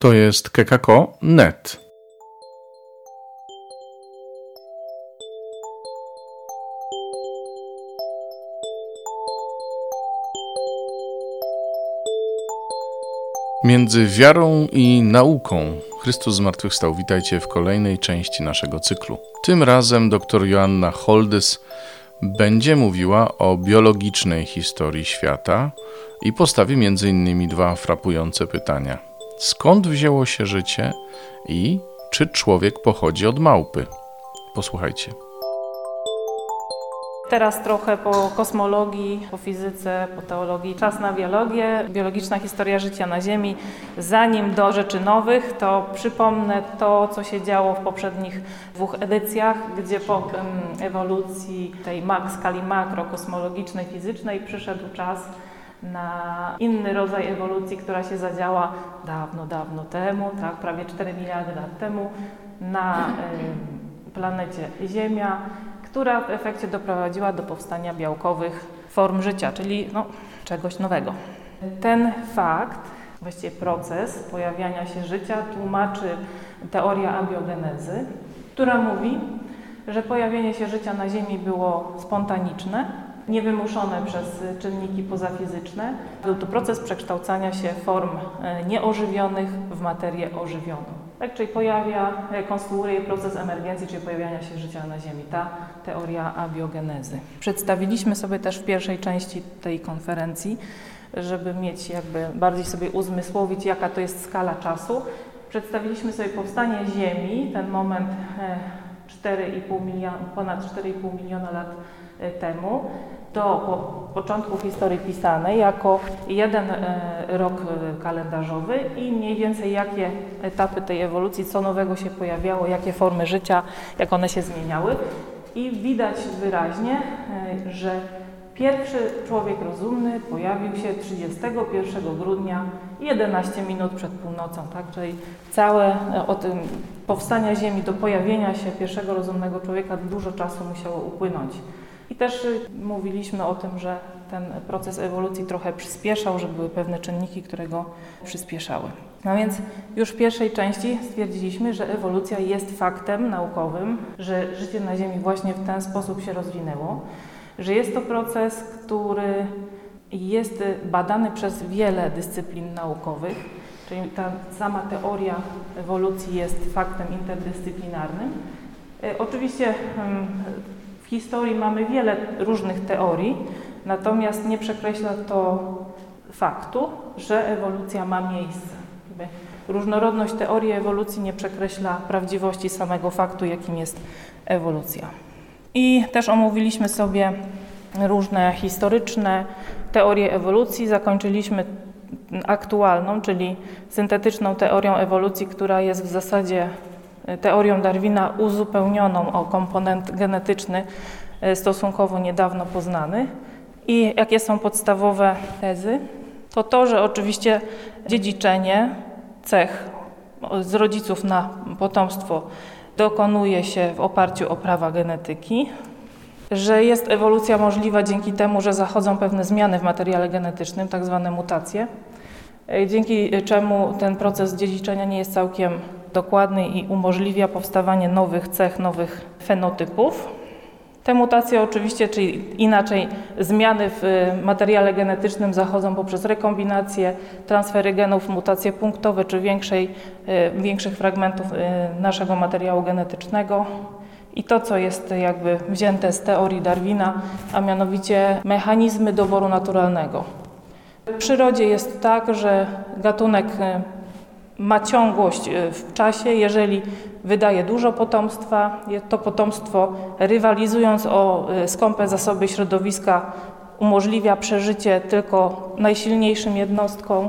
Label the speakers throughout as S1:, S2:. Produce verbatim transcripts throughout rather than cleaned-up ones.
S1: To jest kekako kropka net. Między wiarą i nauką Chrystus zmartwychwstał. Witajcie w kolejnej części naszego cyklu. Tym razem dr Joanna Holdys będzie mówiła o biologicznej historii świata i postawi między innymi dwa frapujące pytania. Skąd wzięło się życie i czy człowiek pochodzi od małpy? Posłuchajcie.
S2: Teraz trochę po kosmologii, po fizyce, po teologii. Czas na biologię, biologiczna historia życia na Ziemi. Zanim do rzeczy nowych, to przypomnę to, co się działo w poprzednich dwóch edycjach, gdzie po ewolucji tej mak, skali makrokosmologicznej, fizycznej przyszedł czas na inny rodzaj ewolucji, która się zadziała dawno, dawno temu, tak, prawie cztery miliardy lat temu na y, planecie Ziemia, która w efekcie doprowadziła do powstania białkowych form życia, czyli no, czegoś nowego. Ten fakt, właściwie proces pojawiania się życia tłumaczy teoria abiogenezy, która mówi, że pojawienie się życia na Ziemi było spontaniczne, niewymuszone przez czynniki pozafizyczne. Był to proces przekształcania się form nieożywionych w materię ożywioną. Tak, czyli pojawia, konstruuje proces emergencji, czyli pojawiania się życia na Ziemi, ta teoria abiogenezy. Przedstawiliśmy sobie też w pierwszej części tej konferencji, żeby mieć jakby bardziej sobie uzmysłowić, jaka to jest skala czasu. Przedstawiliśmy sobie powstanie Ziemi, ten moment cztery i pół miliona, ponad cztery i pół miliona lat temu, do po, początku historii pisanej jako jeden e, rok kalendarzowy i mniej więcej jakie etapy tej ewolucji, co nowego się pojawiało, jakie formy życia, jak one się zmieniały. I widać wyraźnie, e, że pierwszy człowiek rozumny pojawił się trzydziestego pierwszego grudnia, jedenaście minut przed północą, tak? Czyli całe od powstania Ziemi do pojawienia się pierwszego rozumnego człowieka dużo czasu musiało upłynąć. I też mówiliśmy o tym, że ten proces ewolucji trochę przyspieszał, że były pewne czynniki, które go przyspieszały. No więc już w pierwszej części stwierdziliśmy, że ewolucja jest faktem naukowym, że życie na Ziemi właśnie w ten sposób się rozwinęło, że jest to proces, który jest badany przez wiele dyscyplin naukowych, czyli ta sama teoria ewolucji jest faktem interdyscyplinarnym. Oczywiście w historii mamy wiele różnych teorii, natomiast nie przekreśla to faktu, że ewolucja ma miejsce. Różnorodność teorii ewolucji nie przekreśla prawdziwości samego faktu, jakim jest ewolucja. I też omówiliśmy sobie różne historyczne teorie ewolucji. Zakończyliśmy aktualną, czyli syntetyczną teorią ewolucji, która jest w zasadzie teorią Darwina uzupełnioną o komponent genetyczny stosunkowo niedawno poznany. I jakie są podstawowe tezy? To to, że oczywiście dziedziczenie cech z rodziców na potomstwo dokonuje się w oparciu o prawa genetyki, że jest ewolucja możliwa dzięki temu, że zachodzą pewne zmiany w materiale genetycznym, tak zwane mutacje, dzięki czemu ten proces dziedziczenia nie jest całkiem dokładny i umożliwia powstawanie nowych cech, nowych fenotypów. Te mutacje oczywiście, czyli inaczej zmiany w materiale genetycznym zachodzą poprzez rekombinację, transfery genów, mutacje punktowe czy większej, większych fragmentów naszego materiału genetycznego. I to, co jest jakby wzięte z teorii Darwina, a mianowicie mechanizmy doboru naturalnego. W przyrodzie jest tak, że gatunek ma ciągłość w czasie, jeżeli wydaje dużo potomstwa, to potomstwo rywalizując o skąpe zasoby środowiska umożliwia przeżycie tylko najsilniejszym jednostkom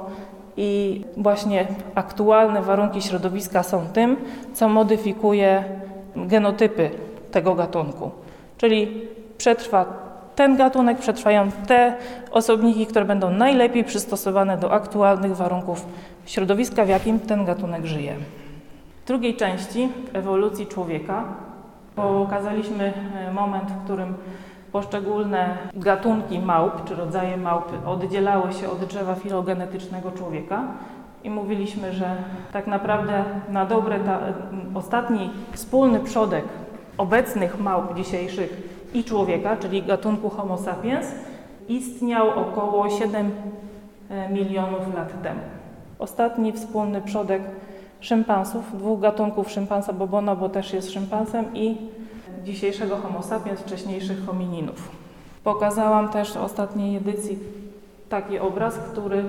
S2: i właśnie aktualne warunki środowiska są tym, co modyfikuje genotypy tego gatunku. Czyli przetrwa ten gatunek, przetrwają te osobniki, które będą najlepiej przystosowane do aktualnych warunków środowiska, w jakim ten gatunek żyje. W drugiej części ewolucji człowieka pokazaliśmy moment, w którym poszczególne gatunki małp czy rodzaje małp oddzielały się od drzewa filogenetycznego człowieka i mówiliśmy, że tak naprawdę na dobre ta, ostatni wspólny przodek obecnych małp dzisiejszych i człowieka, czyli gatunku Homo sapiens, istniał około siedem milionów lat temu. Ostatni wspólny przodek szympansów, dwóch gatunków szympansa bobono, też jest szympansem, i dzisiejszego Homo sapiens, wcześniejszych homininów. Pokazałam też w ostatniej edycji taki obraz, który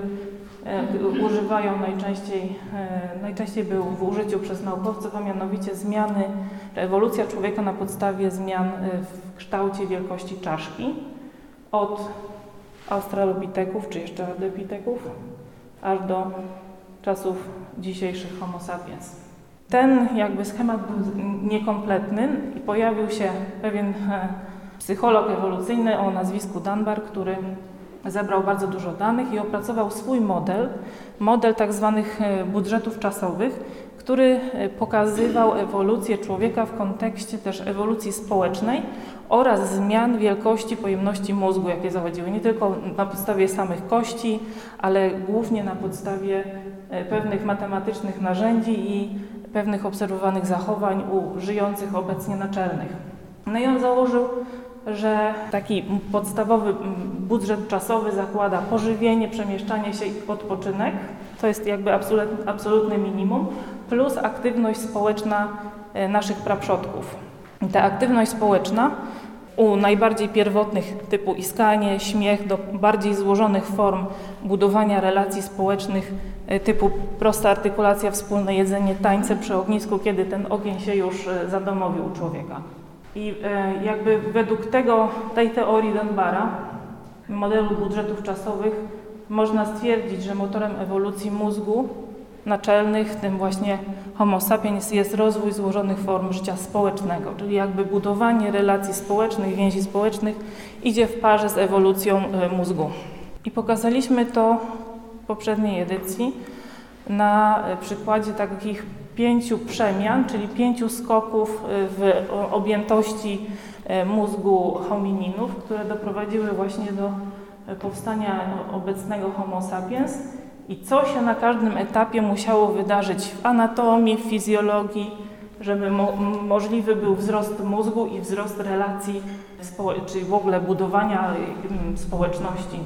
S2: e, używają najczęściej, e, najczęściej był w użyciu przez naukowców, a mianowicie zmiany, ewolucja człowieka na podstawie zmian w kształcie wielkości czaszki od australopiteków, czy jeszcze ardipiteków, aż do czasów dzisiejszych Homo sapiens. Ten jakby schemat był niekompletny i pojawił się pewien e, psycholog ewolucyjny o nazwisku Dunbar, który zebrał bardzo dużo danych i opracował swój model, model tak zwanych budżetów czasowych, który pokazywał ewolucję człowieka w kontekście też ewolucji społecznej oraz zmian wielkości, pojemności mózgu, jakie zachodziły nie tylko na podstawie samych kości, ale głównie na podstawie pewnych matematycznych narzędzi i pewnych obserwowanych zachowań u żyjących obecnie naczelnych. No i on założył, że taki podstawowy budżet czasowy zakłada pożywienie, przemieszczanie się i odpoczynek, to jest jakby absolutne minimum, plus aktywność społeczna naszych praprzodków. I ta aktywność społeczna u najbardziej pierwotnych typu iskanie, śmiech, do bardziej złożonych form budowania relacji społecznych typu prosta artykulacja, wspólne jedzenie, tańce przy ognisku, kiedy ten ogień się już zadomowił u człowieka. I e, jakby według tego, tej teorii Dunbara, modelu budżetów czasowych, można stwierdzić, że motorem ewolucji mózgu naczelnych, tym właśnie Homo sapiens, jest rozwój złożonych form życia społecznego, czyli jakby budowanie relacji społecznych, więzi społecznych idzie w parze z ewolucją e, mózgu. I pokazaliśmy to w poprzedniej edycji na przykładzie takich pięciu przemian, czyli pięciu skoków w objętości mózgu homininów, które doprowadziły właśnie do powstania obecnego Homo sapiens i co się na każdym etapie musiało wydarzyć w anatomii, w fizjologii, żeby mo możliwy był wzrost mózgu i wzrost relacji, czyli w ogóle budowania społeczności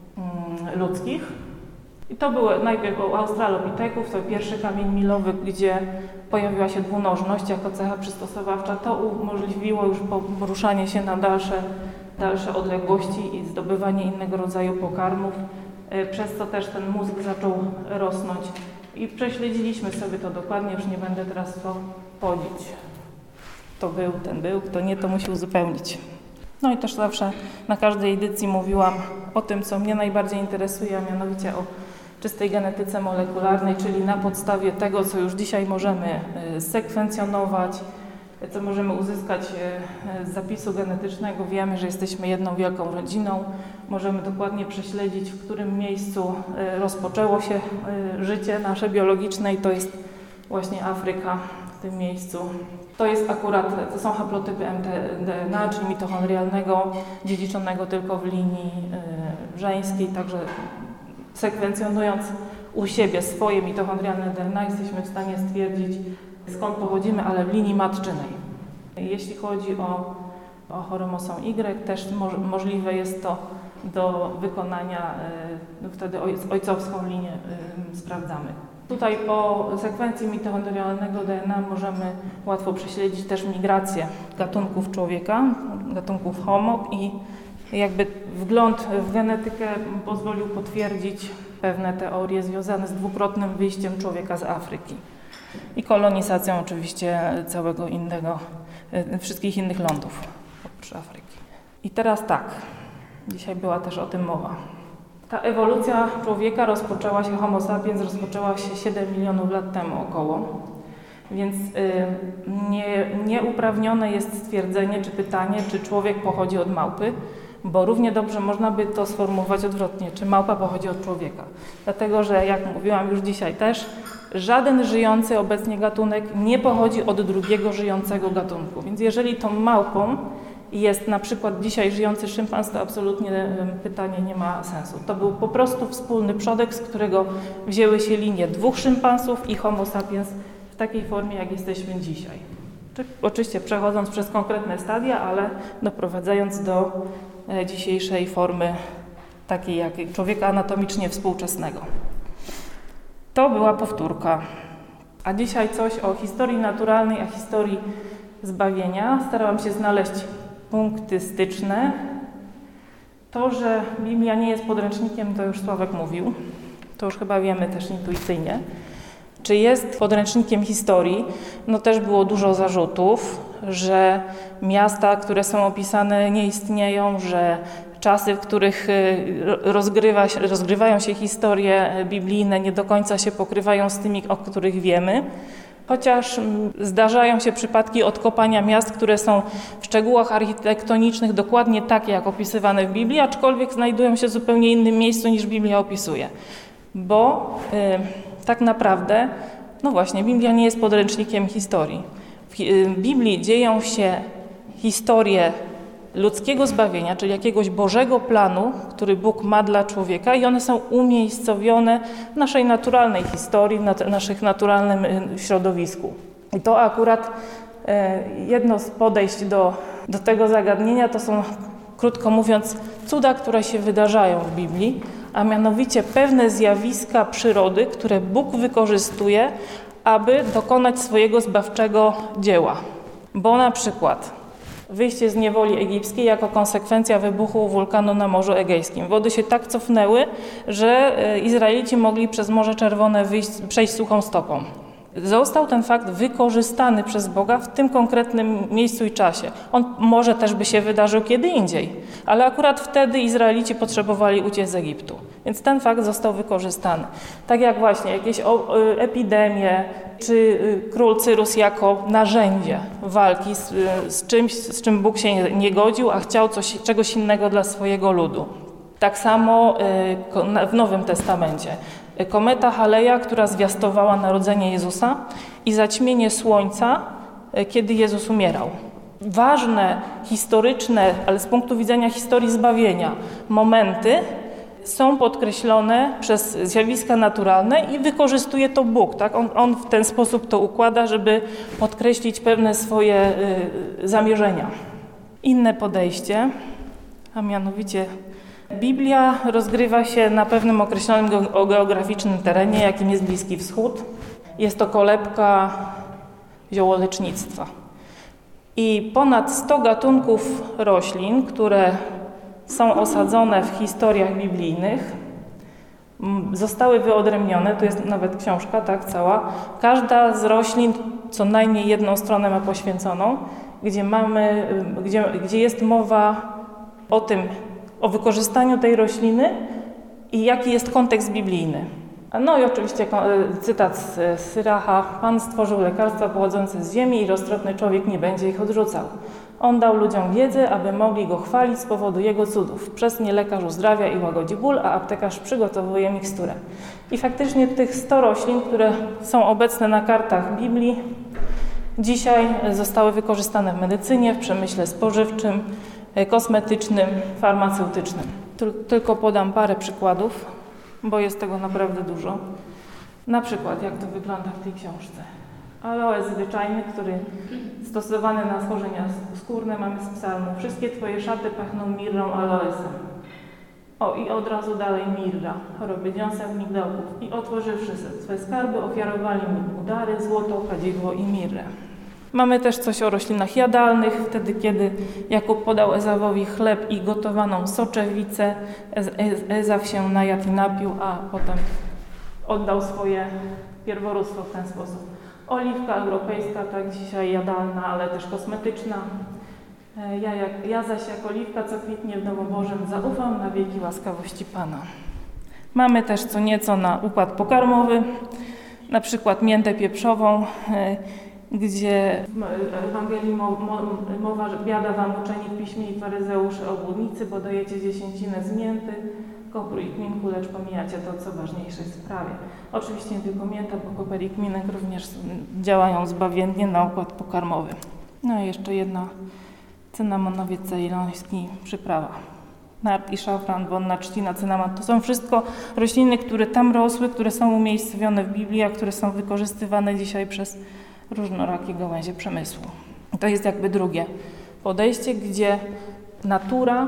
S2: ludzkich. I to było najpierw u australopiteków, to pierwszy kamień milowy, gdzie pojawiła się dwunożność jako cecha przystosowawcza. To umożliwiło już poruszanie się na dalsze, dalsze odległości i zdobywanie innego rodzaju pokarmów, przez co też ten mózg zaczął rosnąć. I prześledziliśmy sobie to dokładnie, już nie będę teraz to podzić. Kto był, ten był, kto nie, to musi uzupełnić. No i też zawsze na każdej edycji mówiłam o tym, co mnie najbardziej interesuje, a mianowicie o czystej genetyce molekularnej, czyli na podstawie tego, co już dzisiaj możemy sekwencjonować, co możemy uzyskać z zapisu genetycznego. Wiemy, że jesteśmy jedną wielką rodziną. Możemy dokładnie prześledzić, w którym miejscu rozpoczęło się życie nasze biologiczne i to jest właśnie Afryka w tym miejscu. To jest akurat, to są haplotypy M D N A, czyli mitochondrialnego, dziedziczonego tylko w linii y, żeńskiej, także sekwencjonując u siebie swoje mitochondrialne D N A jesteśmy w stanie stwierdzić, skąd pochodzimy, ale w linii matczynej. Jeśli chodzi o, o chromosom Y, też mo możliwe jest to do wykonania, y, wtedy oj ojcowską linię y, sprawdzamy. Tutaj po sekwencji mitochondrialnego D N A możemy łatwo prześledzić też migrację gatunków człowieka, gatunków Homo i jakby wgląd w genetykę pozwolił potwierdzić pewne teorie związane z dwukrotnym wyjściem człowieka z Afryki i kolonizacją oczywiście całego innego, wszystkich innych lądów oprócz Afryki. I teraz tak, dzisiaj była też o tym mowa. Ta ewolucja człowieka rozpoczęła się, Homo sapiens rozpoczęła się siedem milionów lat temu około, więc y, nie, nieuprawnione jest stwierdzenie czy pytanie, czy człowiek pochodzi od małpy, bo równie dobrze można by to sformułować odwrotnie, czy małpa pochodzi od człowieka. Dlatego, że jak mówiłam już dzisiaj też, żaden żyjący obecnie gatunek nie pochodzi od drugiego żyjącego gatunku, więc jeżeli tą małpą jest na przykład dzisiaj żyjący szympan, to absolutnie pytanie nie ma sensu. To był po prostu wspólny przodek, z którego wzięły się linie dwóch szympansów i homo sapiens w takiej formie, jak jesteśmy dzisiaj. Oczywiście przechodząc przez konkretne stadia, ale doprowadzając do dzisiejszej formy takiej jak człowieka anatomicznie współczesnego. To była powtórka. A dzisiaj coś o historii naturalnej, a historii zbawienia. Starałam się znaleźć punkty styczne. To, że Biblia nie jest podręcznikiem, to już Sławek mówił. To już chyba wiemy też intuicyjnie. Czy jest podręcznikiem historii? No też było dużo zarzutów, że miasta, które są opisane, nie istnieją, że czasy, w których rozgrywa się, rozgrywają się historie biblijne, nie do końca się pokrywają z tymi, o których wiemy. Chociaż zdarzają się przypadki odkopania miast, które są w szczegółach architektonicznych dokładnie takie, jak opisywane w Biblii, aczkolwiek znajdują się w zupełnie innym miejscu, niż Biblia opisuje. Bo y, tak naprawdę, no właśnie, Biblia nie jest podręcznikiem historii. W y, Biblii dzieją się historie ludzkiego zbawienia, czyli jakiegoś Bożego planu, który Bóg ma dla człowieka i one są umiejscowione w naszej naturalnej historii, w nat- naszych naturalnym środowisku. I to akurat e, jedno z podejść do, do tego zagadnienia to są, krótko mówiąc, cuda, które się wydarzają w Biblii, a mianowicie pewne zjawiska przyrody, które Bóg wykorzystuje, aby dokonać swojego zbawczego dzieła. Bo na przykład wyjście z niewoli egipskiej jako konsekwencja wybuchu wulkanu na Morzu Egejskim. Wody się tak cofnęły, że Izraelici mogli przez Morze Czerwone wyjść, przejść suchą stopą. Został ten fakt wykorzystany przez Boga w tym konkretnym miejscu i czasie. On może też by się wydarzył kiedy indziej, ale akurat wtedy Izraelici potrzebowali uciec z Egiptu. Więc ten fakt został wykorzystany. Tak jak właśnie jakieś epidemie, czy król Cyrus jako narzędzie walki z, z czymś, z czym Bóg się nie, nie godził, a chciał coś, czegoś innego dla swojego ludu. Tak samo w Nowym Testamencie. Kometa Haleja, która zwiastowała narodzenie Jezusa i zaćmienie słońca, kiedy Jezus umierał. Ważne, historyczne, ale z punktu widzenia historii zbawienia, momenty są podkreślone przez zjawiska naturalne i wykorzystuje to Bóg. Tak? On, on w ten sposób to układa, żeby podkreślić pewne swoje y, zamierzenia. Inne podejście, a mianowicie Biblia rozgrywa się na pewnym określonym geograficznym terenie, jakim jest Bliski Wschód. Jest to kolebka ziołolecznictwa. I ponad sto gatunków roślin, które są osadzone w historiach biblijnych, zostały wyodrębnione, tu jest nawet książka, tak, cała. Każda z roślin co najmniej jedną stronę ma poświęconą, gdzie mamy, gdzie, gdzie jest mowa o tym, o wykorzystaniu tej rośliny i jaki jest kontekst biblijny. No i oczywiście cytat z Syracha. Pan stworzył lekarstwa pochodzące z ziemi i roztropny człowiek nie będzie ich odrzucał. On dał ludziom wiedzę, aby mogli go chwalić z powodu jego cudów. Przez nie lekarz uzdrawia i łagodzi ból, a aptekarz przygotowuje miksturę. I faktycznie tych sto roślin, które są obecne na kartach Biblii, dzisiaj zostały wykorzystane w medycynie, w przemyśle spożywczym, kosmetycznym, farmaceutycznym. Tylko podam parę przykładów, bo jest tego naprawdę dużo. Na przykład, jak to wygląda w tej książce. Aloes zwyczajny, który stosowany na schorzenia skórne, mamy z psalmu. Wszystkie twoje szaty pachną mirrą aloesem. O, i od razu dalej mirra, choroby dziąseł, migdałków. I otworzywszy swe skarby, ofiarowali mi udary, złoto, kadzidło i mirrę. Mamy też coś o roślinach jadalnych, wtedy kiedy Jakub podał Ezawowi chleb i gotowaną soczewicę, Ezaw się najadł i napił, a potem oddał swoje pierworództwo w ten sposób. Oliwka europejska, tak dzisiaj jadalna, ale też kosmetyczna. Ja, jak, ja zaś jak oliwka, co kwitnie w domu Bożym, zaufam na wieki łaskawości Pana. Mamy też co nieco na układ pokarmowy, na przykład miętę pieprzową, gdzie w Ewangelii mowa, że biada wam uczeni w piśmie i faryzeusze obłudnicy, bo dajecie dziesięcinę z mięty, kopru i kminku, lecz pomijacie to, co ważniejsze w sprawie. Oczywiście nie tylko mięta, bo koper i kminek również działają zbawiennie na układ pokarmowy. No i jeszcze jedna Cynamonowiec ceyloński, przyprawa. Nard i szafran, wonna trzcina, cynamon. To są wszystko rośliny, które tam rosły, które są umiejscowione w Biblii, a które są wykorzystywane dzisiaj przez różnorakie gałęzie przemysłu. To jest jakby drugie podejście, gdzie natura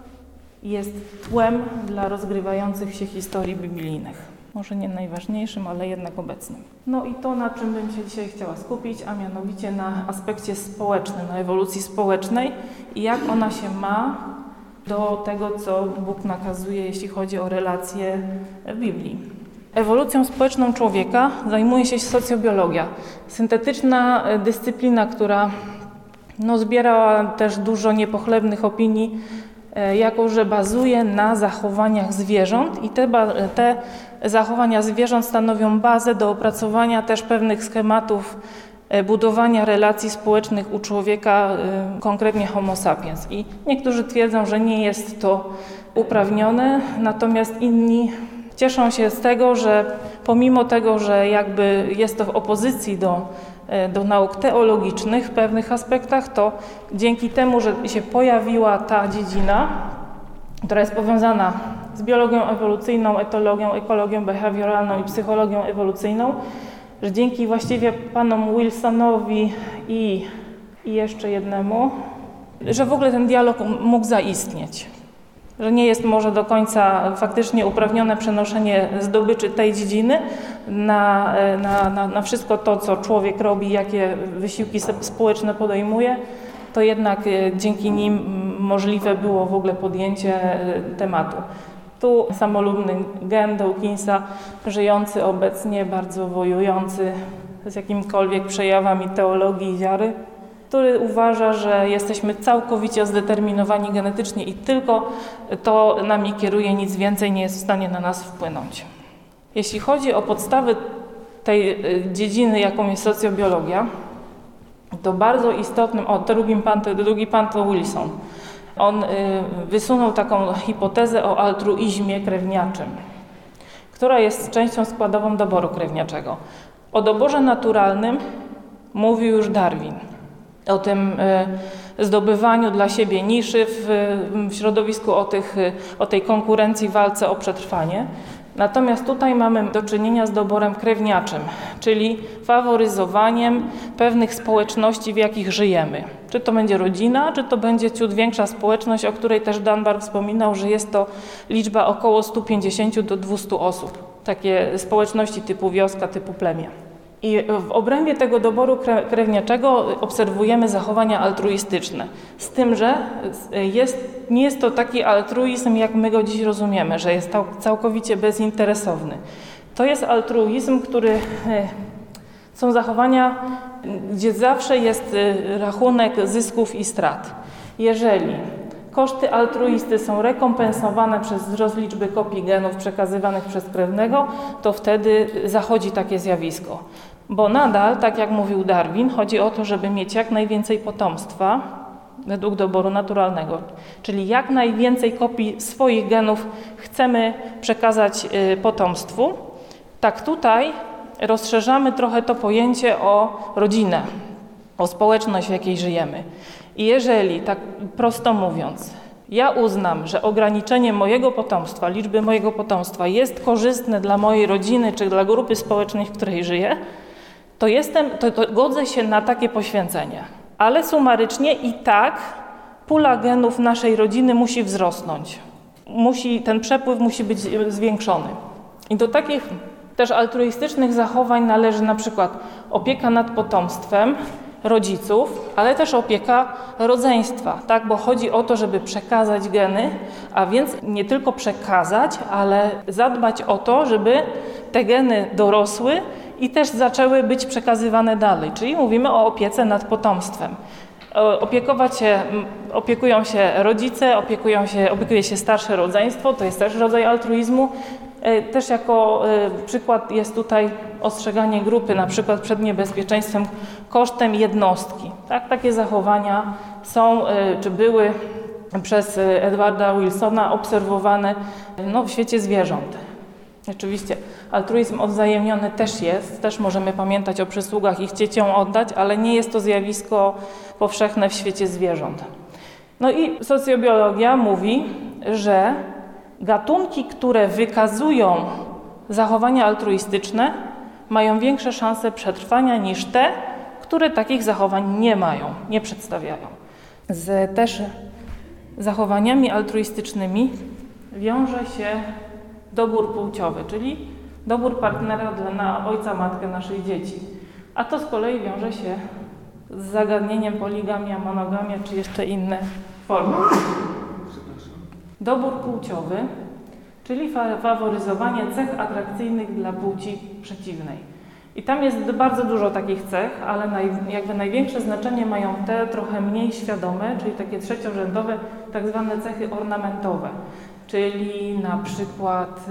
S2: jest tłem dla rozgrywających się historii biblijnych. Może nie najważniejszym, ale jednak obecnym. No i to, na czym bym się dzisiaj chciała skupić, a mianowicie na aspekcie społecznym, na ewolucji społecznej i jak ona się ma do tego, co Bóg nakazuje, jeśli chodzi o relacje w Biblii. Ewolucją społeczną człowieka zajmuje się socjobiologia, syntetyczna dyscyplina, która no, zbierała też dużo niepochlebnych opinii, jako że bazuje na zachowaniach zwierząt i te, te zachowania zwierząt stanowią bazę do opracowania też pewnych schematów budowania relacji społecznych u człowieka, konkretnie homo sapiens. I niektórzy twierdzą, że nie jest to uprawnione, natomiast inni cieszą się z tego, że pomimo tego, że jakby jest to w opozycji do, do nauk teologicznych w pewnych aspektach, to dzięki temu, że się pojawiła ta dziedzina, która jest powiązana z biologią ewolucyjną, etologią, ekologią behawioralną i psychologią ewolucyjną, że dzięki właściwie panom Wilsonowi i, i jeszcze jednemu, że w ogóle ten dialog mógł zaistnieć. Że nie jest może do końca faktycznie uprawnione przenoszenie zdobyczy tej dziedziny na, na, na, na wszystko to, co człowiek robi, jakie wysiłki społeczne podejmuje, to jednak dzięki nim możliwe było w ogóle podjęcie tematu. Tu samolubny gen Dawkinsa, żyjący obecnie, bardzo wojujący z jakimikolwiek przejawami teologii i wiary, który uważa, że jesteśmy całkowicie zdeterminowani genetycznie i tylko to nami kieruje, nic więcej nie jest w stanie na nas wpłynąć. Jeśli chodzi o podstawy tej dziedziny, jaką jest socjobiologia, to bardzo istotnym, o drugim pan, drugi pan to Wilson, on y, wysunął taką hipotezę o altruizmie krewniaczym, która jest częścią składową doboru krewniaczego. O doborze naturalnym mówił już Darwin. O tym y, zdobywaniu dla siebie niszy w, w środowisku, o, tych, y, o tej konkurencji, walce o przetrwanie. Natomiast tutaj mamy do czynienia z doborem krewniaczym, czyli faworyzowaniem pewnych społeczności, w jakich żyjemy. Czy to będzie rodzina, czy to będzie ciut większa społeczność, o której też Dunbar wspominał, że jest to liczba około sto pięćdziesiąt do dwustu osób. Takie społeczności typu wioska, typu plemię. I w obrębie tego doboru krewniaczego obserwujemy zachowania altruistyczne. Z tym, że jest, nie jest to taki altruizm, jak my go dziś rozumiemy, że jest całkowicie bezinteresowny. To jest altruizm, który są zachowania, gdzie zawsze jest rachunek zysków i strat. Jeżeli koszty altruisty są rekompensowane przez wzrost liczby kopii genów przekazywanych przez krewnego, to wtedy zachodzi takie zjawisko. Bo nadal, tak jak mówił Darwin, chodzi o to, żeby mieć jak najwięcej potomstwa według doboru naturalnego. Czyli jak najwięcej kopii swoich genów chcemy przekazać potomstwu. Tak tutaj rozszerzamy trochę to pojęcie o rodzinę, o społeczność, w jakiej żyjemy. I jeżeli, tak prosto mówiąc, ja uznam, że ograniczenie mojego potomstwa, liczby mojego potomstwa jest korzystne dla mojej rodziny czy dla grupy społecznej, w której żyję, to, jestem, to, to godzę się na takie poświęcenie. Ale sumarycznie i tak pula genów naszej rodziny musi wzrosnąć. Musi, ten przepływ musi być zwiększony. I do takich też altruistycznych zachowań należy na przykład opieka nad potomstwem rodziców, ale też opieka rodzeństwa, tak? Bo chodzi o to, żeby przekazać geny, a więc nie tylko przekazać, ale zadbać o to, żeby te geny dorosły i też zaczęły być przekazywane dalej. Czyli mówimy o opiece nad potomstwem. Opiekować się, opiekują się rodzice, opiekują się, opiekuje się starsze rodzeństwo, to jest też rodzaj altruizmu. Też jako przykład jest tutaj ostrzeganie grupy, na przykład przed niebezpieczeństwem kosztem jednostki. Tak? Takie zachowania są, czy były przez Edwarda Wilsona obserwowane no, w świecie zwierząt. Oczywiście altruizm odwzajemniony też jest, też możemy pamiętać o przysługach i chcieć ją oddać, ale nie jest to zjawisko powszechne w świecie zwierząt. No i socjobiologia mówi, że gatunki, które wykazują zachowania altruistyczne, mają większe szanse przetrwania niż te, które takich zachowań nie mają, nie przedstawiają. Z też zachowaniami altruistycznymi wiąże się dobór płciowy, czyli dobór partnera dla na ojca, matkę naszych dzieci. A to z kolei wiąże się z zagadnieniem poligamia, monogamia czy jeszcze inne formy. Dobór płciowy, czyli fa- faworyzowanie cech atrakcyjnych dla płci przeciwnej. I tam jest bardzo dużo takich cech, ale naj, jakby największe znaczenie mają te trochę mniej świadome, czyli takie trzeciorzędowe, tak zwane cechy ornamentowe. Czyli na przykład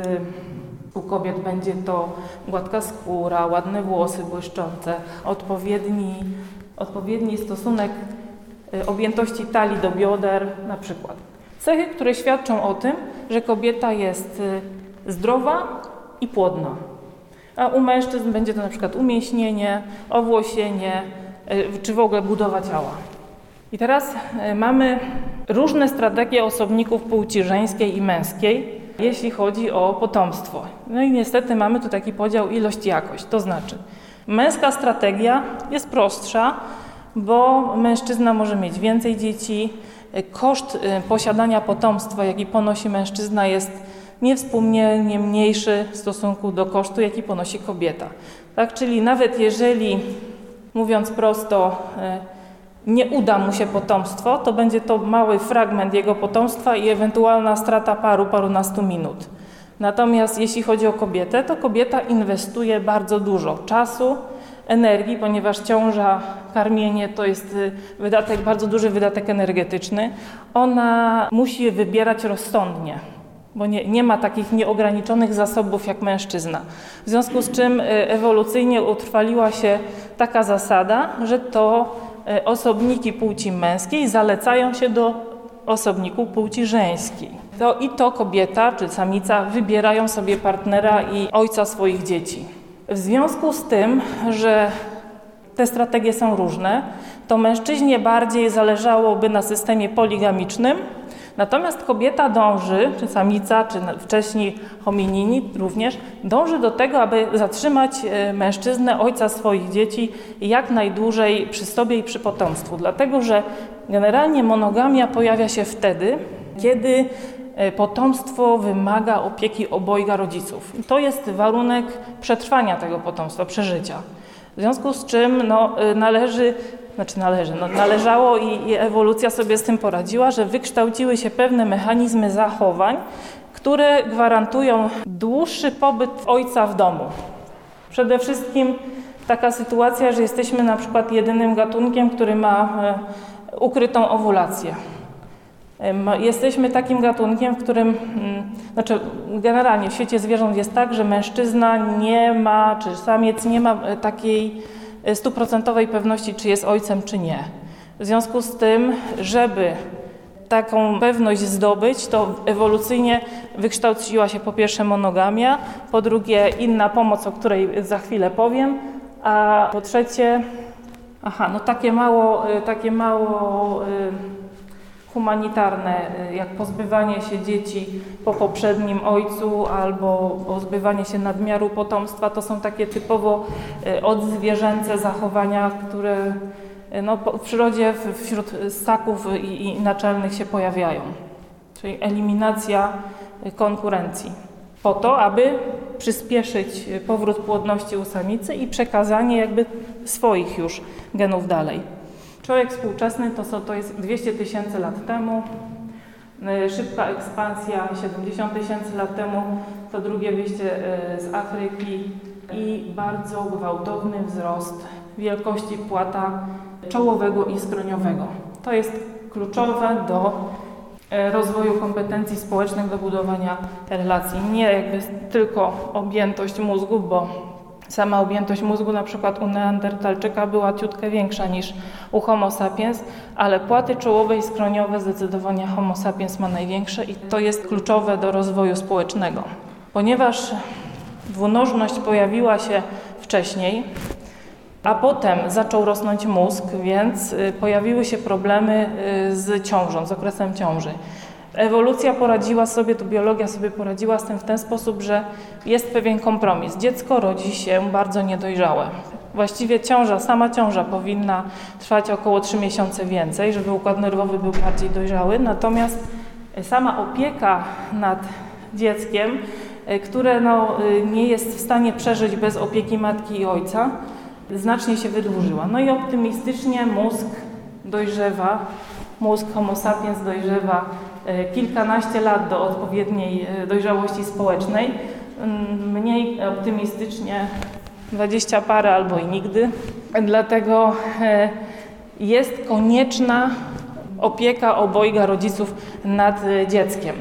S2: y, u kobiet będzie to gładka skóra, ładne włosy błyszczące, odpowiedni, odpowiedni stosunek y, objętości talii do bioder na przykład. Cechy, które świadczą o tym, że kobieta jest y, zdrowa i płodna. A u mężczyzn będzie to na przykład umięśnienie, owłosienie, czy w ogóle budowa ciała. I teraz mamy różne strategie osobników płci żeńskiej i męskiej, jeśli chodzi o potomstwo. No i niestety mamy tu taki podział ilość-jakość, to znaczy męska strategia jest prostsza, bo mężczyzna może mieć więcej dzieci, koszt posiadania potomstwa, jaki ponosi mężczyzna, jest niewspółmiernie mniejszy w stosunku do kosztu, jaki ponosi kobieta. Tak, czyli nawet jeżeli, mówiąc prosto, nie uda mu się potomstwo, to będzie to mały fragment jego potomstwa i ewentualna strata paru, parunastu minut. Natomiast jeśli chodzi o kobietę, to kobieta inwestuje bardzo dużo czasu, energii, ponieważ ciąża, karmienie to jest wydatek, bardzo duży wydatek energetyczny. Ona musi wybierać rozsądnie, bo nie, nie ma takich nieograniczonych zasobów jak mężczyzna. W związku z czym ewolucyjnie utrwaliła się taka zasada, że to osobniki płci męskiej zalecają się do osobników płci żeńskiej. To i to kobieta czy samica wybierają sobie partnera i ojca swoich dzieci. W związku z tym, że te strategie są różne, to mężczyźnie bardziej zależałoby na systemie poligamicznym, natomiast kobieta dąży, czy samica, czy wcześniej hominini również, dąży do tego, aby zatrzymać mężczyznę, ojca swoich dzieci jak najdłużej przy sobie i przy potomstwu. Dlatego, że generalnie monogamia pojawia się wtedy, kiedy potomstwo wymaga opieki obojga rodziców. I to jest warunek przetrwania tego potomstwa, przeżycia. W związku z czym no, należy Znaczy należy, no, należało i, i ewolucja sobie z tym poradziła, że wykształciły się pewne mechanizmy zachowań, które gwarantują dłuższy pobyt ojca w domu. Przede wszystkim taka sytuacja, że jesteśmy na przykład jedynym gatunkiem, który ma e, ukrytą owulację. E, jesteśmy takim gatunkiem, w którym, m, znaczy generalnie w świecie zwierząt jest tak, że mężczyzna nie ma, czy samiec nie ma e, takiej stuprocentowej pewności, czy jest ojcem, czy nie. W związku z tym, żeby taką pewność zdobyć, to ewolucyjnie wykształciła się po pierwsze monogamia, po drugie inna pomoc, o której za chwilę powiem, a po trzecie, aha, no takie mało, takie mało humanitarne, jak pozbywanie się dzieci po poprzednim ojcu albo pozbywanie się nadmiaru potomstwa, to są takie typowo odzwierzęce zachowania, które no, w przyrodzie wśród ssaków i, i naczelnych się pojawiają. Czyli eliminacja konkurencji po to, aby przyspieszyć powrót płodności u samicy i przekazanie jakby swoich już genów dalej. Człowiek współczesny to, to jest dwieście tysięcy lat temu, szybka ekspansja siedemdziesiąt tysięcy lat temu, to drugie wyjście z Afryki i bardzo gwałtowny wzrost wielkości płata czołowego i skroniowego. To jest kluczowe do rozwoju kompetencji społecznych, do budowania relacji. Nie jakby tylko objętość mózgu, bo sama objętość mózgu na przykład u neandertalczyka była ciutkę większa niż u homo sapiens, ale płaty czołowe i skroniowe zdecydowanie homo sapiens ma największe i to jest kluczowe do rozwoju społecznego. Ponieważ dwunożność pojawiła się wcześniej, A potem zaczął rosnąć mózg, więc pojawiły się problemy z ciążą, z okresem ciąży. Ewolucja poradziła sobie, to biologia sobie poradziła z tym w ten sposób, że jest pewien kompromis. Dziecko rodzi się bardzo niedojrzałe. Właściwie ciąża, sama ciąża powinna trwać około trzy miesiące więcej, żeby układ nerwowy był bardziej dojrzały. Natomiast sama opieka nad dzieckiem, które no, nie jest w stanie przeżyć bez opieki matki i ojca, znacznie się wydłużyła. No i optymistycznie mózg dojrzewa, mózg Homo sapiens dojrzewa kilkanaście lat do odpowiedniej dojrzałości społecznej. Mniej optymistycznie dwadzieścia parę albo i nigdy. Dlatego jest konieczna opieka obojga rodziców nad dzieckiem.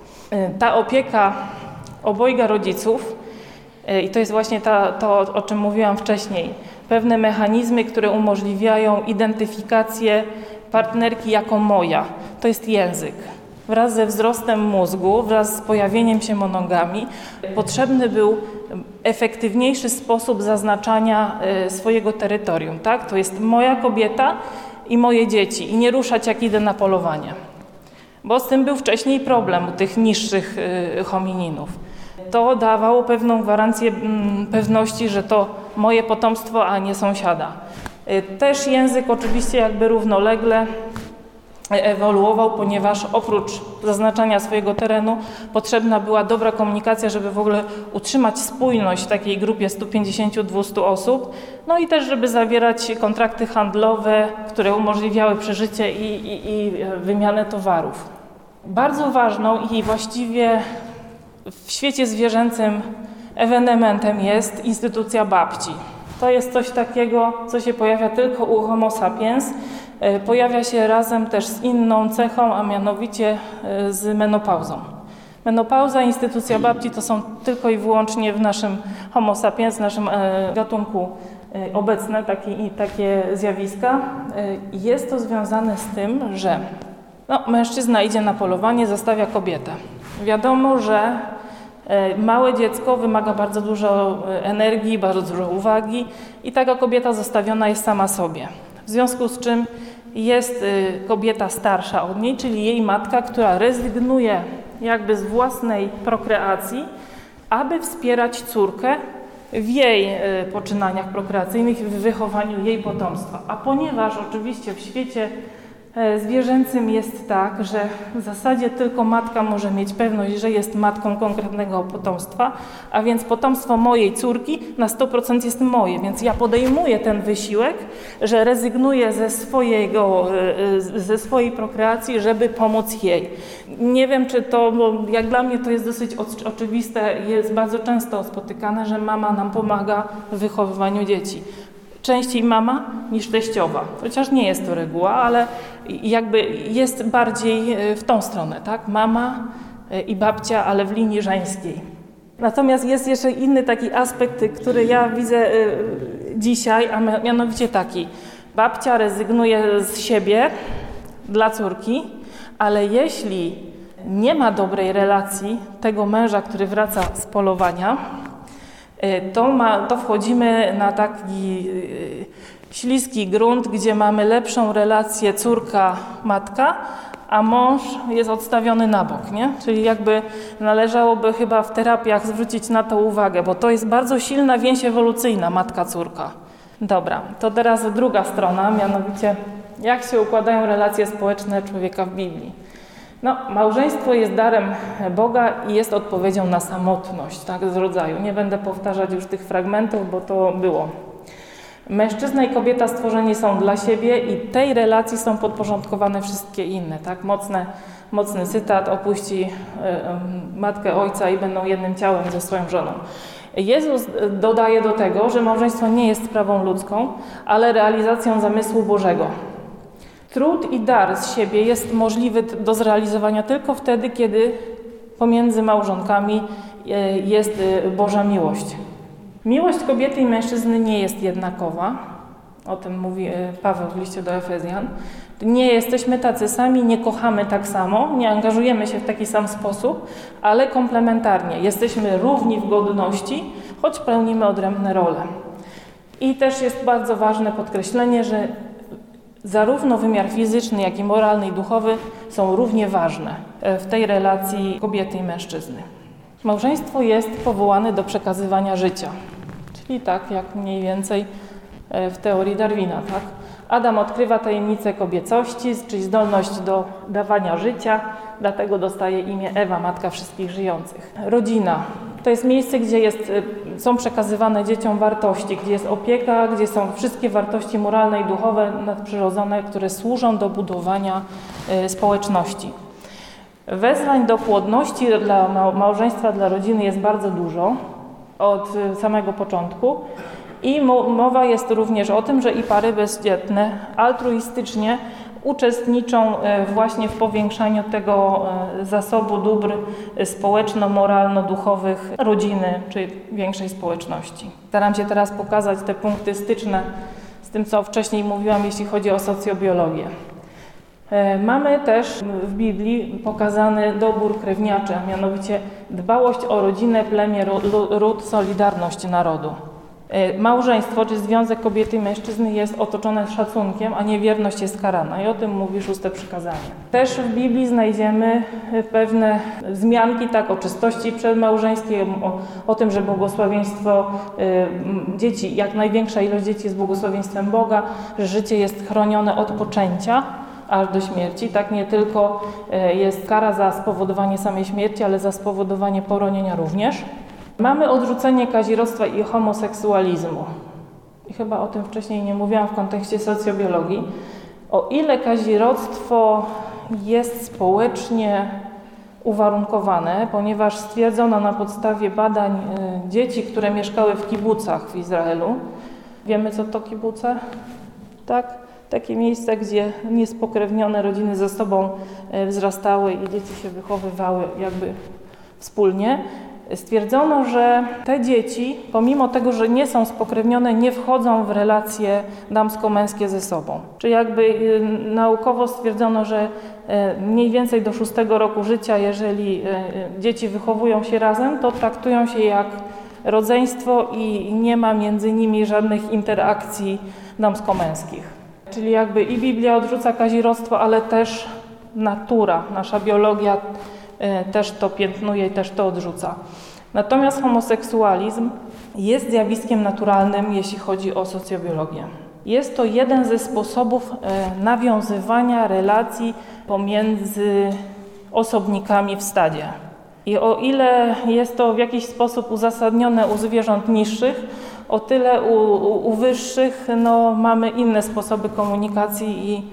S2: Ta opieka obojga rodziców, i to jest właśnie ta, to, o czym mówiłam wcześniej, pewne mechanizmy, które umożliwiają identyfikację partnerki jako moja. To jest język. Wraz ze wzrostem mózgu, wraz z pojawieniem się monogami, potrzebny był efektywniejszy sposób zaznaczania swojego terytorium. Tak? To jest moja kobieta i moje dzieci i nie ruszać, jak idę na polowanie. Bo z tym był wcześniej problem u tych niższych homininów. To dawało pewną gwarancję pewności, że to moje potomstwo, a nie sąsiada. Też język oczywiście jakby równolegle ewoluował, ponieważ oprócz zaznaczania swojego terenu potrzebna była dobra komunikacja, żeby w ogóle utrzymać spójność w takiej grupie stu pięćdziesięciu do dwustu osób, no i też żeby zawierać kontrakty handlowe, które umożliwiały przeżycie i, i, i wymianę towarów. Bardzo ważną i właściwie w świecie zwierzęcym ewenementem jest instytucja babci. To jest coś takiego, co się pojawia tylko u Homo sapiens. Pojawia się razem też z inną cechą, a mianowicie z menopauzą. Menopauza i instytucja babci to są tylko i wyłącznie w naszym Homo sapiens, w naszym gatunku obecne takie, takie zjawiska. Jest to związane z tym, że no, mężczyzna idzie na polowanie, zostawia kobietę. Wiadomo, że małe dziecko wymaga bardzo dużo energii, bardzo dużo uwagi i taka kobieta zostawiona jest sama sobie. W związku z czym jest kobieta starsza od niej, czyli jej matka, która rezygnuje jakby z własnej prokreacji, aby wspierać córkę w jej poczynaniach prokreacyjnych, w wychowaniu jej potomstwa. A ponieważ oczywiście w świecie zwierzęcym jest tak, że w zasadzie tylko matka może mieć pewność, że jest matką konkretnego potomstwa, a więc potomstwo mojej córki na sto procent jest moje, więc ja podejmuję ten wysiłek, że rezygnuję ze, swojego, ze swojej prokreacji, żeby pomóc jej. Nie wiem, czy to, bo jak dla mnie to jest dosyć oczywiste, jest bardzo często spotykane, że mama nam pomaga w wychowywaniu dzieci. Częściej mama niż teściowa, chociaż nie jest to reguła, ale jakby jest bardziej w tą stronę, tak? Mama i babcia, ale w linii żeńskiej. Natomiast jest jeszcze inny taki aspekt, który ja widzę dzisiaj, a mianowicie taki. Babcia rezygnuje z siebie dla córki, ale jeśli nie ma dobrej relacji tego męża, który wraca z polowania, To, ma, to wchodzimy na taki y, śliski grunt, gdzie mamy lepszą relację córka-matka, a mąż jest odstawiony na bok, nie? Czyli jakby należałoby chyba w terapiach zwrócić na to uwagę, bo to jest bardzo silna więź ewolucyjna, matka-córka. Dobra, to teraz druga strona, mianowicie jak się układają relacje społeczne człowieka w Biblii. No, małżeństwo jest darem Boga i jest odpowiedzią na samotność, tak, z rodzaju. Nie będę powtarzać już tych fragmentów, bo to było. Mężczyzna i kobieta stworzeni są dla siebie i tej relacji są podporządkowane wszystkie inne, tak. Mocne, mocny cytat, opuści y, y, matkę, ojca i będą jednym ciałem ze swoją żoną. Jezus dodaje do tego, że małżeństwo nie jest sprawą ludzką, ale realizacją zamysłu Bożego. Trud i dar z siebie jest możliwy do zrealizowania tylko wtedy, kiedy pomiędzy małżonkami jest Boża miłość. Miłość kobiety i mężczyzny nie jest jednakowa. O tym mówi Paweł w liście do Efezjan. Nie jesteśmy tacy sami, nie kochamy tak samo, nie angażujemy się w taki sam sposób, ale komplementarnie. Jesteśmy równi w godności, choć pełnimy odrębne role. I też jest bardzo ważne podkreślenie, że zarówno wymiar fizyczny, jak i moralny i duchowy są równie ważne w tej relacji kobiety i mężczyzny. Małżeństwo jest powołane do przekazywania życia, czyli tak jak mniej więcej w teorii Darwina, tak? Adam odkrywa tajemnicę kobiecości, czyli zdolność do dawania życia, dlatego dostaje imię Ewa, matka wszystkich żyjących. Rodzina to jest miejsce, gdzie jest, są przekazywane dzieciom wartości, gdzie jest opieka, gdzie są wszystkie wartości moralne i duchowe, nadprzyrodzone, które służą do budowania y, społeczności. Wezwań do płodności dla małżeństwa, dla rodziny jest bardzo dużo od samego początku. I mowa jest również o tym, że i pary bezdzietne altruistycznie uczestniczą właśnie w powiększaniu tego zasobu dóbr społeczno-moralno-duchowych rodziny czy większej społeczności. Staram się teraz pokazać te punkty styczne z tym, co wcześniej mówiłam, jeśli chodzi o socjobiologię. Mamy też w Biblii pokazany dobór krewniaczy, a mianowicie dbałość o rodzinę, plemię, ród, solidarność narodu. Małżeństwo czy związek kobiety i mężczyzny jest otoczone szacunkiem, a niewierność jest karana. I o tym mówi szóste przykazanie. Też w Biblii znajdziemy pewne wzmianki tak, o czystości przedmałżeńskiej, o, o tym, że błogosławieństwo y, dzieci, jak największa ilość dzieci jest błogosławieństwem Boga, że życie jest chronione od poczęcia aż do śmierci. Tak nie tylko y, jest kara za spowodowanie samej śmierci, ale za spowodowanie poronienia również. Mamy odrzucenie kazirodztwa i homoseksualizmu. I chyba o tym wcześniej nie mówiłam w kontekście socjobiologii. O ile kazirodztwo jest społecznie uwarunkowane, ponieważ stwierdzono na podstawie badań y, dzieci, które mieszkały w kibucach w Izraelu. Wiemy, co to kibuce? Tak? Takie miejsca, gdzie niespokrewnione rodziny ze sobą y, wzrastały i dzieci się wychowywały jakby wspólnie. Stwierdzono, że te dzieci, pomimo tego, że nie są spokrewnione, nie wchodzą w relacje damsko-męskie ze sobą. Czyli jakby y, naukowo stwierdzono, że y, mniej więcej do szóstego roku życia, jeżeli y, dzieci wychowują się razem, to traktują się jak rodzeństwo i nie ma między nimi żadnych interakcji damsko-męskich. Czyli jakby i Biblia odrzuca kazirodztwo, ale też natura, nasza biologia też to piętnuje i też to odrzuca. Natomiast homoseksualizm jest zjawiskiem naturalnym, jeśli chodzi o socjobiologię. Jest to jeden ze sposobów nawiązywania relacji pomiędzy osobnikami w stadzie. I o ile jest to w jakiś sposób uzasadnione u zwierząt niższych, o tyle u, u, u wyższych no, mamy inne sposoby komunikacji i,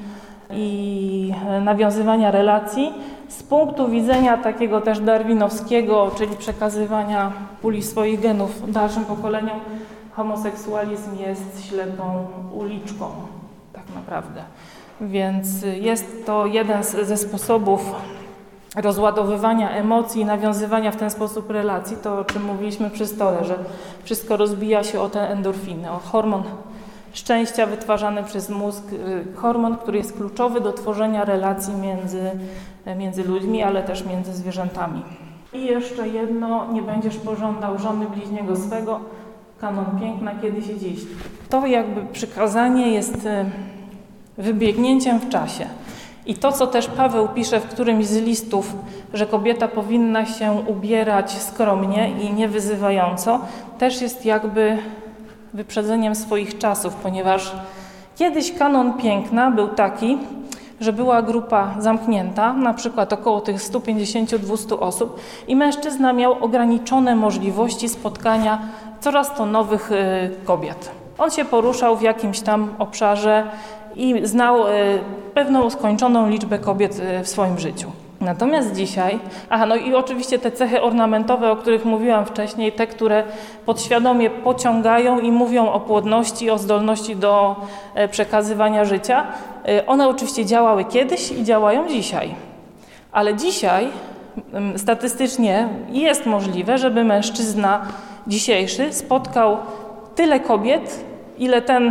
S2: i nawiązywania relacji. Z punktu widzenia takiego też darwinowskiego, czyli przekazywania puli swoich genów dalszym pokoleniom, homoseksualizm jest ślepą uliczką, tak naprawdę. Więc jest to jeden z, ze sposobów rozładowywania emocji i nawiązywania w ten sposób relacji, to o czym mówiliśmy przy stole, że wszystko rozbija się o te endorfiny, o hormon szczęścia wytwarzany przez mózg, hormon, który jest kluczowy do tworzenia relacji między, między ludźmi, ale też między zwierzętami. I jeszcze jedno, nie będziesz pożądał żony bliźniego swego, kanon piękna, kiedyś i dziś. To jakby przykazanie jest wybiegnięciem w czasie. I to, co też Paweł pisze w którymś z listów, że kobieta powinna się ubierać skromnie i niewyzywająco, też jest jakby wyprzedzeniem swoich czasów, ponieważ kiedyś kanon piękna był taki, że była grupa zamknięta, na przykład około tych stu pięćdziesięciu do dwustu osób i mężczyzna miał ograniczone możliwości spotkania coraz to nowych y, kobiet. On się poruszał w jakimś tam obszarze i znał y, pewną skończoną liczbę kobiet y, w swoim życiu. Natomiast dzisiaj, aha, no i oczywiście te cechy ornamentowe, o których mówiłam wcześniej, te, które podświadomie pociągają i mówią o płodności, o zdolności do e, przekazywania życia, e, one oczywiście działały kiedyś i działają dzisiaj. Ale dzisiaj m, statystycznie jest możliwe, żeby mężczyzna dzisiejszy spotkał tyle kobiet, ile ten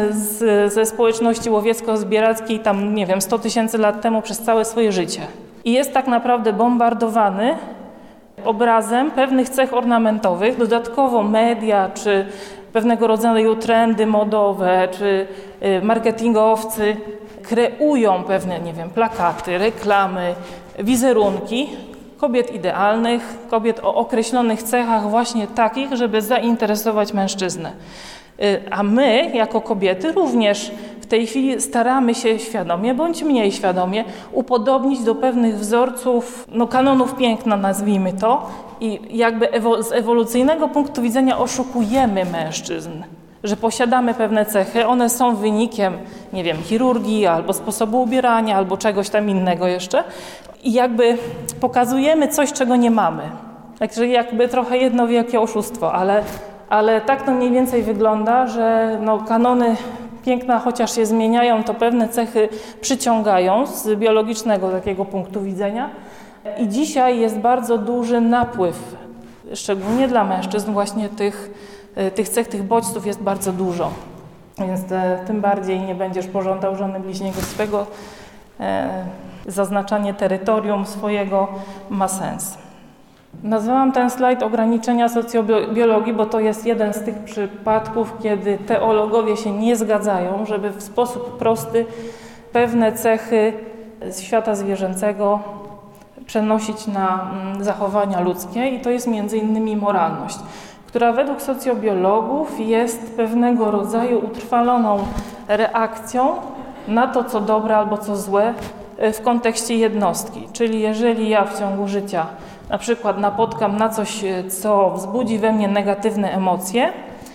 S2: z, ze społeczności łowiecko-zbierackiej tam, nie wiem, sto tysięcy lat temu przez całe swoje życie. I jest tak naprawdę bombardowany obrazem pewnych cech ornamentowych. Dodatkowo media czy pewnego rodzaju trendy modowe czy marketingowcy kreują pewne, nie wiem, plakaty, reklamy, wizerunki kobiet idealnych, kobiet o określonych cechach właśnie takich, żeby zainteresować mężczyznę. A my, jako kobiety, również w tej chwili staramy się świadomie bądź mniej świadomie upodobnić do pewnych wzorców, no kanonów piękna nazwijmy to, i jakby ewo- z ewolucyjnego punktu widzenia oszukujemy mężczyzn, że posiadamy pewne cechy, one są wynikiem, nie wiem, chirurgii albo sposobu ubierania, albo czegoś tam innego jeszcze i jakby pokazujemy coś, czego nie mamy. Także jakby trochę jedno wielkie oszustwo, ale, ale tak to mniej więcej wygląda, że no, kanony piękna, chociaż się zmieniają, to pewne cechy przyciągają z biologicznego takiego punktu widzenia. I dzisiaj jest bardzo duży napływ, szczególnie dla mężczyzn, właśnie tych, tych cech, tych bodźców jest bardzo dużo. Więc e, tym bardziej nie będziesz pożądał żony bliźniego swego. E, zaznaczanie terytorium swojego ma sens. Nazwałam ten slajd ograniczenia socjobiologii, bo to jest jeden z tych przypadków, kiedy teologowie się nie zgadzają, żeby w sposób prosty pewne cechy z świata zwierzęcego przenosić na zachowania ludzkie i to jest między innymi moralność, która według socjobiologów jest pewnego rodzaju utrwaloną reakcją na to, co dobre albo co złe w kontekście jednostki. Czyli jeżeli ja w ciągu życia na przykład napotkam na coś, co wzbudzi we mnie negatywne emocje,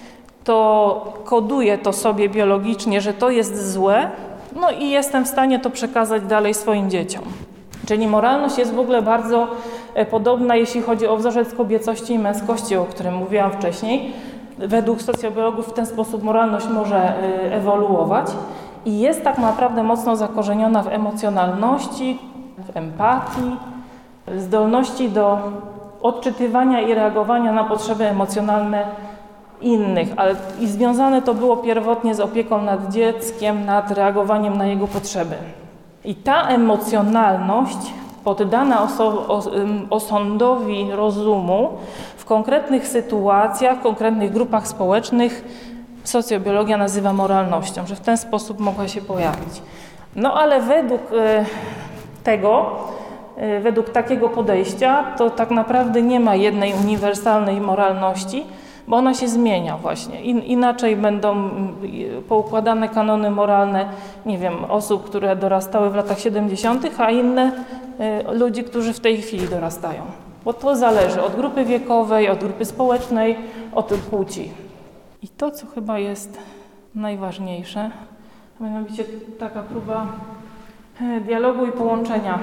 S2: to koduję to sobie biologicznie, że to jest złe, no i jestem w stanie to przekazać dalej swoim dzieciom. Czyli moralność jest w ogóle bardzo podobna, jeśli chodzi o wzorzec kobiecości i męskości, o którym mówiłam wcześniej. Według socjobiologów w ten sposób moralność może ewoluować i jest tak naprawdę mocno zakorzeniona w emocjonalności, w empatii, w zdolności do odczytywania i reagowania na potrzeby emocjonalne innych, ale i związane to było pierwotnie z opieką nad dzieckiem, nad reagowaniem na jego potrzeby. I ta emocjonalność poddana oso- os- osądowi rozumu w konkretnych sytuacjach, w konkretnych grupach społecznych socjobiologia nazywa moralnością, że w ten sposób mogła się pojawić. No ale według e, tego, e, według takiego podejścia, to tak naprawdę nie ma jednej uniwersalnej moralności, bo ona się zmienia właśnie. In, inaczej będą poukładane kanony moralne, nie wiem, osób, które dorastały w latach siedemdziesiątych, a inne y, ludzi, którzy w tej chwili dorastają. Bo to zależy od grupy wiekowej, od grupy społecznej, od płci. I to, co chyba jest najważniejsze, a mianowicie taka próba dialogu i połączenia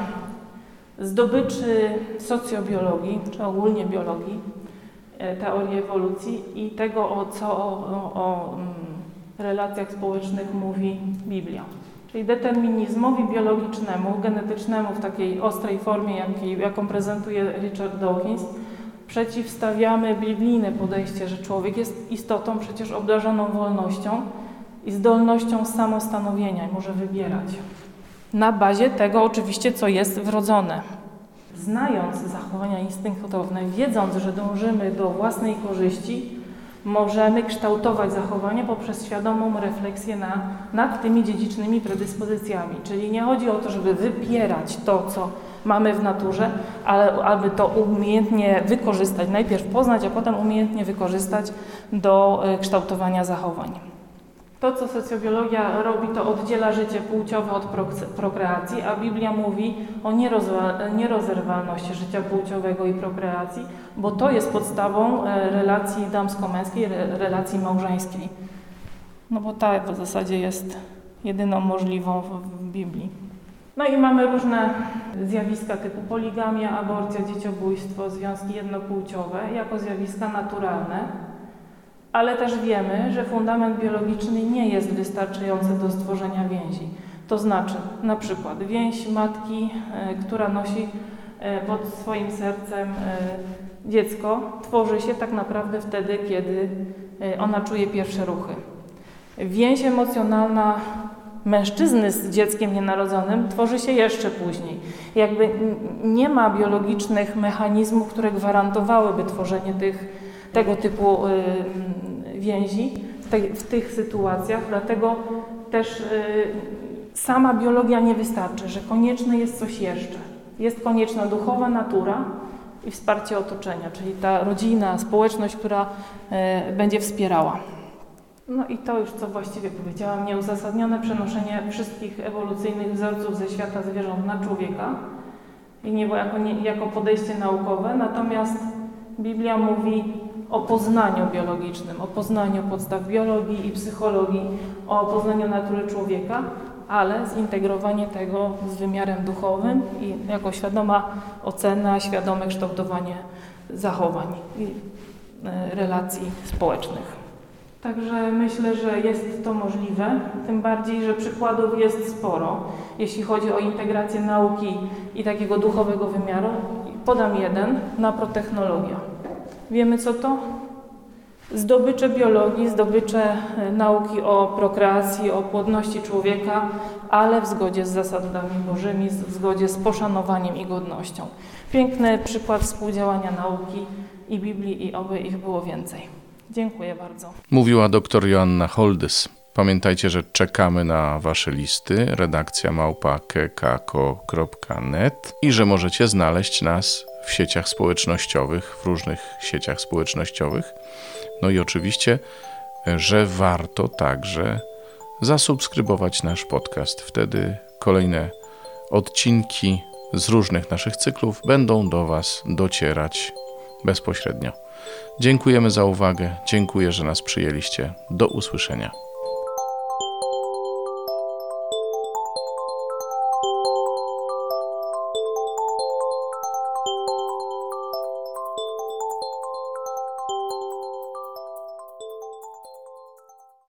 S2: zdobyczy socjobiologii, czy ogólnie biologii, teorii ewolucji i tego, o co o, o, o relacjach społecznych mówi Biblia. Czyli determinizmowi biologicznemu, genetycznemu w takiej ostrej formie, jakiej, jaką prezentuje Richard Dawkins, przeciwstawiamy biblijne podejście, że człowiek jest istotą przecież obdarzoną wolnością i zdolnością samostanowienia i może wybierać. Na bazie tego oczywiście, co jest wrodzone. Znając zachowania instynktowne, wiedząc, że dążymy do własnej korzyści, możemy kształtować zachowania poprzez świadomą refleksję na, nad tymi dziedzicznymi predyspozycjami. Czyli nie chodzi o to, żeby wypierać to, co mamy w naturze, ale aby to umiejętnie wykorzystać, najpierw poznać, a potem umiejętnie wykorzystać do kształtowania zachowań. To, co socjobiologia robi, to oddziela życie płciowe od prokreacji, a Biblia mówi o nierozerwalności życia płciowego i prokreacji, bo to jest podstawą relacji damsko-męskiej, relacji małżeńskiej. No bo ta w zasadzie jest jedyną możliwą w Biblii. No i mamy różne zjawiska typu poligamia, aborcja, dzieciobójstwo, związki jednopłciowe jako zjawiska naturalne. Ale też wiemy, że fundament biologiczny nie jest wystarczający do stworzenia więzi. To znaczy, na przykład więź matki, e, która nosi e, pod swoim sercem e, dziecko, tworzy się tak naprawdę wtedy, kiedy e, ona czuje pierwsze ruchy. Więź emocjonalna mężczyzny z dzieckiem nienarodzonym tworzy się jeszcze później. Jakby nie ma biologicznych mechanizmów, które gwarantowałyby tworzenie tych tego typu y, więzi w, te, w tych sytuacjach, dlatego też sama biologia nie wystarczy, że konieczne jest coś jeszcze. Jest konieczna duchowa natura i wsparcie otoczenia, czyli ta rodzina, społeczność, która będzie wspierała. No i to już, co właściwie powiedziałam, nieuzasadnione przenoszenie wszystkich ewolucyjnych wzorców ze świata zwierząt na człowieka i nie jako, nie, jako podejście naukowe, natomiast Biblia mówi o poznaniu biologicznym, o poznaniu podstaw biologii i psychologii, o poznaniu natury człowieka, ale zintegrowanie tego z wymiarem duchowym i jako świadoma ocena, świadome kształtowanie zachowań i relacji społecznych. Także myślę, że jest to możliwe, tym bardziej, że przykładów jest sporo, jeśli chodzi o integrację nauki i takiego duchowego wymiaru. Podam jeden, naprotechnologia. Wiemy co to? Zdobycze biologii, zdobycze nauki o prokreacji, o płodności człowieka, ale w zgodzie z zasadami bożymi, w zgodzie z poszanowaniem i godnością. Piękny przykład współdziałania nauki i Biblii i oby ich było więcej. Dziękuję bardzo.
S1: Mówiła dr Joanna Holdys. Pamiętajcie, że czekamy na wasze listy, redakcja małpa kekako kropka net i że możecie znaleźć nas w sieciach społecznościowych, w różnych sieciach społecznościowych. No i oczywiście, że warto także zasubskrybować nasz podcast. Wtedy kolejne odcinki z różnych naszych cyklów będą do was docierać bezpośrednio. Dziękujemy za uwagę, dziękuję, że nas przyjęliście. Do usłyszenia.